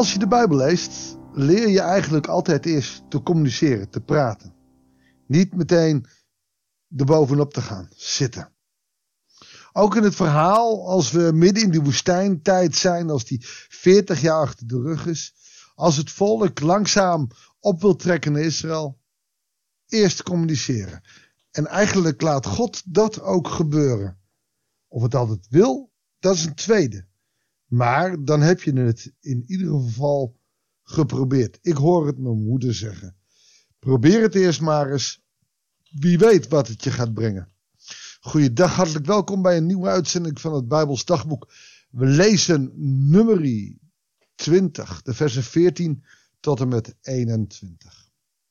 Als je de Bijbel leest, leer je eigenlijk altijd eerst te communiceren, te praten. Niet meteen erbovenop te gaan zitten. Ook in het verhaal, als we midden in die woestijntijd zijn, als die 40 jaar achter de rug is, als het volk langzaam op wil trekken naar Israël, eerst communiceren. En eigenlijk laat God dat ook gebeuren. Of het altijd wil, dat is een tweede. Maar dan heb je het in ieder geval geprobeerd. Ik hoor het mijn moeder zeggen. Probeer het eerst maar eens. Wie weet wat het je gaat brengen. Goeiedag, hartelijk welkom bij een nieuwe uitzending van het Bijbels Dagboek. We lezen Numeri 20, de versen 14 tot en met 21.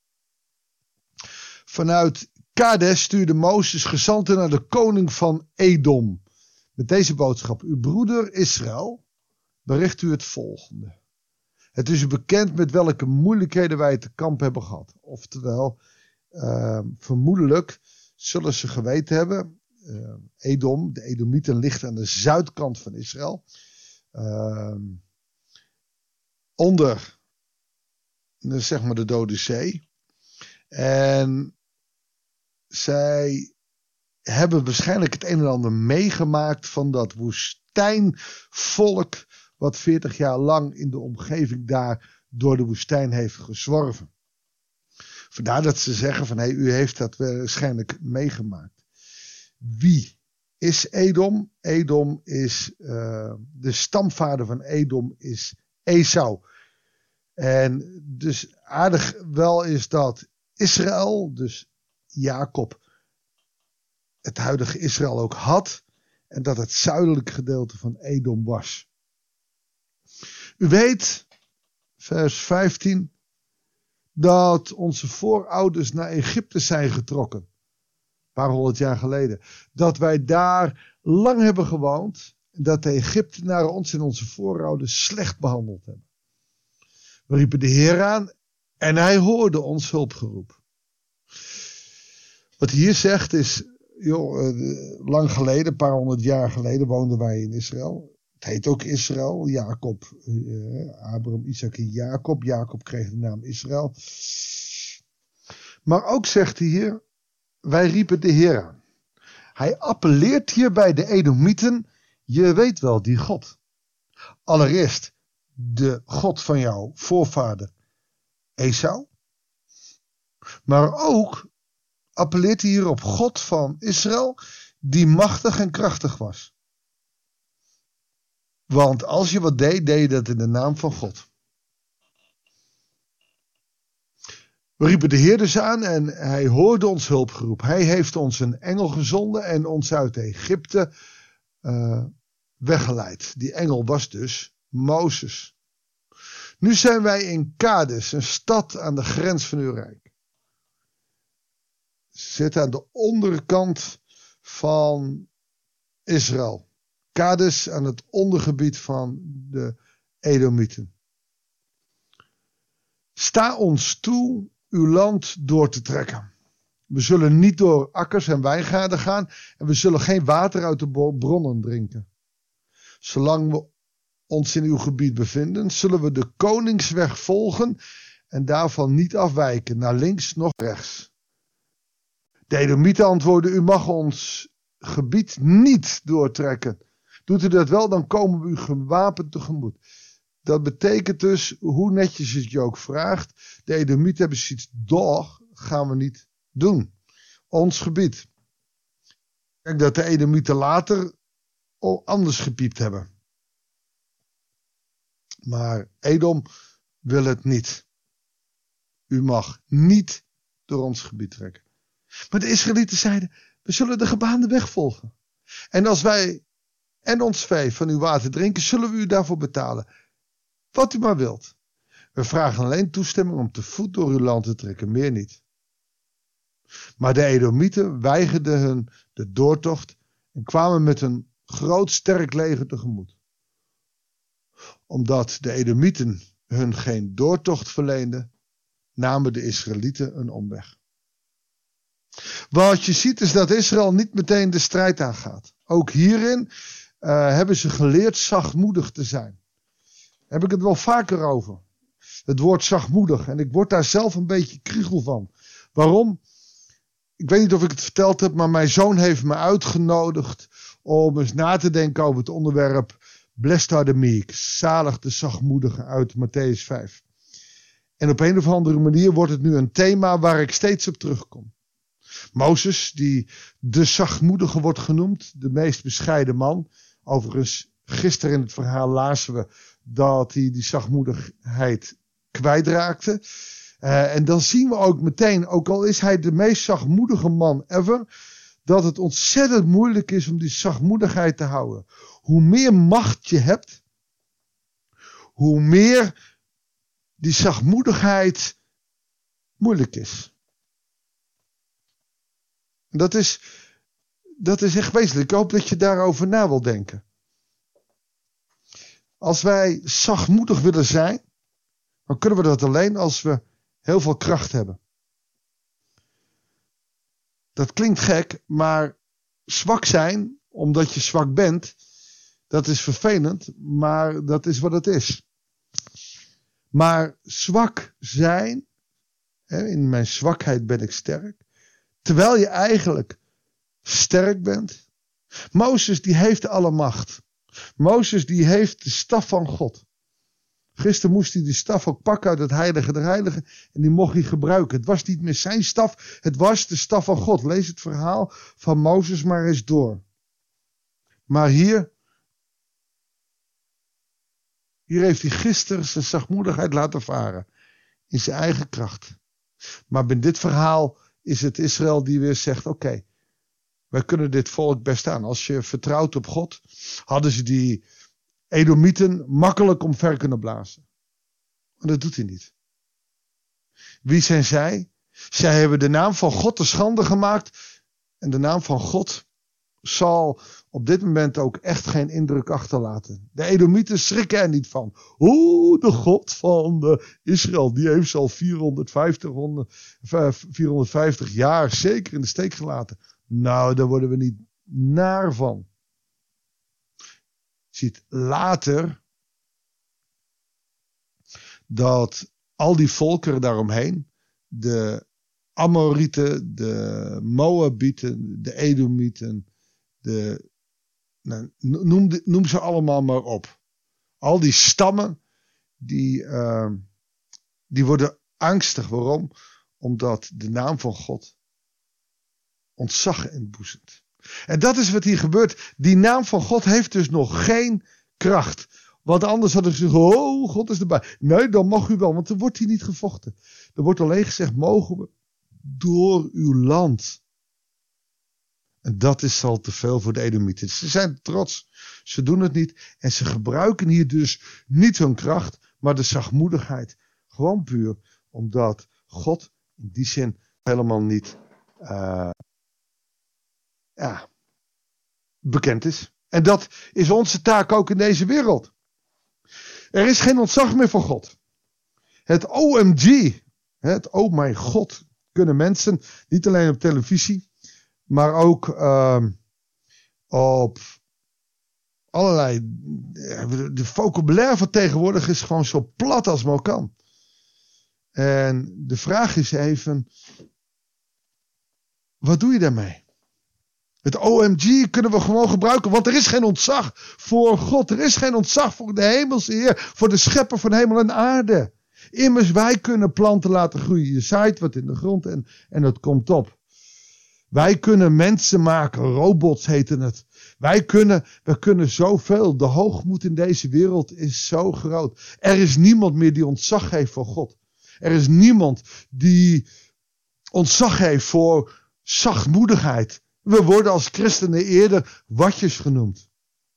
Vanuit Kades stuurde Mozes gezanten naar de koning van Edom. Met deze boodschap: uw broeder Israël bericht u het volgende. Het is u bekend met welke moeilijkheden wij te kamp hebben gehad. Oftewel, vermoedelijk zullen ze geweten hebben. Edom, de Edomieten, ligt aan de zuidkant van Israël. Onder, zeg maar, de Dode Zee. En zij hebben waarschijnlijk het een en ander meegemaakt van dat woestijnvolk wat 40 jaar lang in de omgeving daar door de woestijn heeft gezworven. Vandaar dat ze zeggen van u heeft dat waarschijnlijk meegemaakt. Wie is Edom? Edom is, de stamvader van Edom is Esau. En dus aardig wel is dat Israël, dus Jacob, het huidige Israël ook had. En dat het zuidelijke gedeelte van Edom was. U weet, vers 15, dat onze voorouders naar Egypte zijn getrokken. Een paar honderd jaar geleden. Dat wij daar lang hebben gewoond. En dat de Egyptenaren ons en onze voorouders slecht behandeld hebben. We riepen de Heer aan en hij hoorde ons hulpgeroep. Wat hier zegt is, lang geleden, een paar honderd jaar geleden, woonden wij in Israël. Het heet ook Israël. Jacob, Abraham, Isaac en Jacob. Jacob kreeg de naam Israël. Maar ook zegt hij hier, wij riepen de Heer aan. Hij appelleert hier bij de Edomieten, je weet wel die God. Allereerst de God van jouw voorvader Esau. Maar ook appelleert hij hier op God van Israël, die machtig en krachtig was. Want als je wat deed, deed je dat in de naam van God. We riepen de Heer dus aan en hij hoorde ons hulpgeroep. Hij heeft ons een engel gezonden en ons uit Egypte weggeleid. Die engel was dus Mozes. Nu zijn wij in Kades, een stad aan de grens van uw rijk. Zit aan de onderkant van Israël. Kades aan het ondergebied van de Edomieten. Sta ons toe uw land door te trekken. We zullen niet door akkers en wijngaarden gaan en we zullen geen water uit de bronnen drinken. Zolang we ons in uw gebied bevinden, zullen we de koningsweg volgen en daarvan niet afwijken, naar links noch rechts. De Edomieten antwoordden, u mag ons gebied niet doortrekken. Doet u dat wel, dan komen we u gewapend tegemoet. Dat betekent dus, hoe netjes het je ook vraagt, de Edomieten hebben zoiets, doch, gaan we niet doen. Ons gebied. Ik denk dat de Edomieten later anders gepiept hebben. Maar Edom wil het niet. U mag niet door ons gebied trekken. Maar de Israëlieten zeiden, we zullen de gebaande weg volgen. En als wij en ons vee van uw water drinken, zullen we u daarvoor betalen. Wat u maar wilt. We vragen alleen toestemming om te voet door uw land te trekken, meer niet. Maar de Edomieten weigerden hun de doortocht en kwamen met een groot sterk leger tegemoet. Omdat de Edomieten hun geen doortocht verleenden, namen de Israëlieten een omweg. Wat je ziet is dat Israël niet meteen de strijd aangaat. Ook hierin hebben ze geleerd zachtmoedig te zijn. heb ik het wel vaker over. Het woord zachtmoedig. En ik word daar zelf een beetje kriegel van. Waarom? Ik weet niet of ik het verteld heb, maar mijn zoon heeft me uitgenodigd om eens na te denken over het onderwerp Blessed are the meek, zalig de zachtmoedigen uit Mattheüs 5. En op een of andere manier wordt het nu een thema waar ik steeds op terugkom. Mozes, die de zachtmoedige wordt genoemd, de meest bescheiden man. Overigens, gisteren in het verhaal lazen we dat hij die zachtmoedigheid kwijtraakte. En dan zien we ook meteen, ook al is hij de meest zachtmoedige man ever, dat het ontzettend moeilijk is om die zachtmoedigheid te houden. Hoe meer macht je hebt, hoe meer die zachtmoedigheid moeilijk is. Dat is echt wezenlijk. Ik hoop dat je daarover na wil denken. Als wij zachtmoedig willen zijn, dan kunnen we dat alleen als we heel veel kracht hebben. Dat klinkt gek, maar zwak zijn, omdat je zwak bent, dat is vervelend, maar dat is wat het is. Maar zwak zijn, in mijn zwakheid ben ik sterk, terwijl je eigenlijk sterk bent. Mozes die heeft alle macht. Mozes die heeft de staf van God. Gisteren moest hij die staf ook pakken uit het heilige der heiligen en die mocht hij gebruiken. Het was niet meer zijn staf, het was de staf van God. Lees het verhaal van Mozes maar eens door. Maar hier heeft hij gisteren zijn zachtmoedigheid laten varen. In zijn eigen kracht. Maar bij dit verhaal is het Israël die weer zegt, oké, wij kunnen dit volk best aan. Als je vertrouwt op God, hadden ze die Edomieten makkelijk omver kunnen blazen. Maar dat doet hij niet. Wie zijn zij? Zij hebben de naam van God te schande gemaakt. En de naam van God zal op dit moment ook echt geen indruk achterlaten. De Edomieten schrikken er niet van. De God van Israël, die heeft ze al 450 jaar zeker in de steek gelaten. Nou, daar worden we niet naar van. Je ziet later dat al die volkeren daaromheen, de Amorieten, de Moabieten, de Edomieten, noem ze allemaal maar op. Al die stammen, die worden angstig. Waarom? Omdat de naam van God ontzag inboezemt. En dat is wat hier gebeurt. Die naam van God heeft dus nog geen kracht. Want anders hadden ze gezegd, God is erbij. Nee, dan mag u wel, want er wordt hier niet gevochten. Er wordt alleen gezegd, mogen we door uw land. En dat is al te veel voor de Edomieten. Ze zijn trots. Ze doen het niet. En ze gebruiken hier dus niet hun kracht, maar de zachtmoedigheid. Gewoon puur omdat God in die zin helemaal niet bekend is. En dat is onze taak ook in deze wereld. Er is geen ontzag meer voor God. Het OMG, het oh mijn God, kunnen mensen, niet alleen op televisie, maar ook op allerlei, de vocabulaire van tegenwoordig is gewoon zo plat als maar kan. En de vraag is even, wat doe je daarmee? Het OMG kunnen we gewoon gebruiken, want er is geen ontzag voor God. Er is geen ontzag voor de hemelse Heer, voor de schepper van hemel en aarde. Immers, wij kunnen planten laten groeien. Je zaait wat in de grond en het komt op. Wij kunnen mensen maken, robots heten het. We kunnen zoveel. De hoogmoed in deze wereld is zo groot. Er is niemand meer die ontzag heeft voor God. Er is niemand die ontzag heeft voor zachtmoedigheid. We worden als christenen eerder watjes genoemd.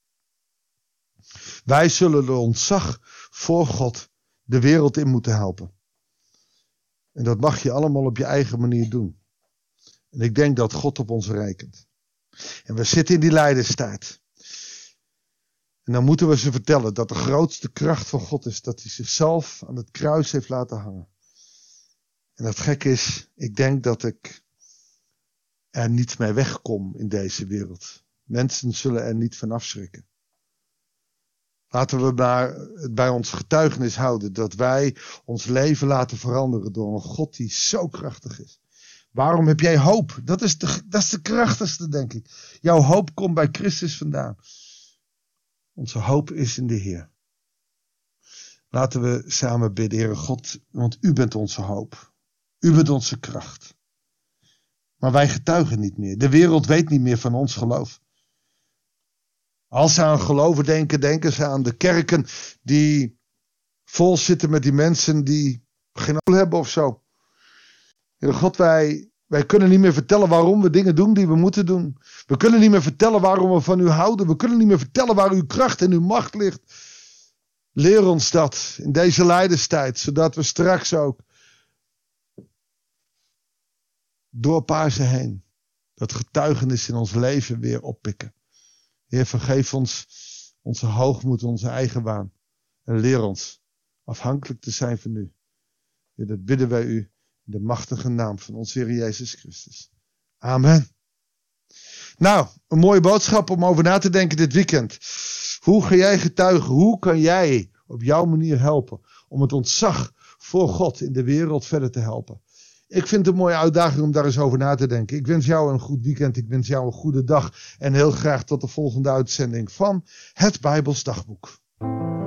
Wij zullen de ontzag voor God de wereld in moeten helpen. En dat mag je allemaal op je eigen manier doen. En ik denk dat God op ons rekent. En we zitten in die lijdenstijd. En dan moeten we ze vertellen dat de grootste kracht van God is dat hij zichzelf aan het kruis heeft laten hangen. En het gek is, ik denk dat ik er niet mee wegkom in deze wereld. Mensen zullen er niet van afschrikken. Laten we maar het bij ons getuigenis houden dat wij ons leven laten veranderen door een God die zo krachtig is. Waarom heb jij hoop? Dat is de krachtigste, denk ik. Jouw hoop komt bij Christus vandaan. Onze hoop is in de Heer. Laten we samen bidden, Heere God, want u bent onze hoop. U bent onze kracht. Maar wij getuigen niet meer. De wereld weet niet meer van ons geloof. Als ze aan geloven denken, denken ze aan de kerken die vol zitten met die mensen die geen oor hebben of zo. Heere God, wij kunnen niet meer vertellen waarom we dingen doen die we moeten doen. We kunnen niet meer vertellen waarom we van u houden. We kunnen niet meer vertellen waar uw kracht en uw macht ligt. Leer ons dat in deze lijdenstijd, zodat we straks ook door Pasen heen dat getuigenis in ons leven weer oppikken. Heer, vergeef ons onze hoogmoed, onze eigenwaan. En leer ons afhankelijk te zijn van u. Heer, dat bidden wij u in de machtige naam van onze Heer Jezus Christus. Amen. Nou, een mooie boodschap om over na te denken dit weekend. Hoe ga jij getuigen? Hoe kan jij op jouw manier helpen om het ontzag voor God in de wereld verder te helpen? Ik vind het een mooie uitdaging om daar eens over na te denken. Ik wens jou een goed weekend. Ik wens jou een goede dag. En heel graag tot de volgende uitzending van het Bijbels Dagboek.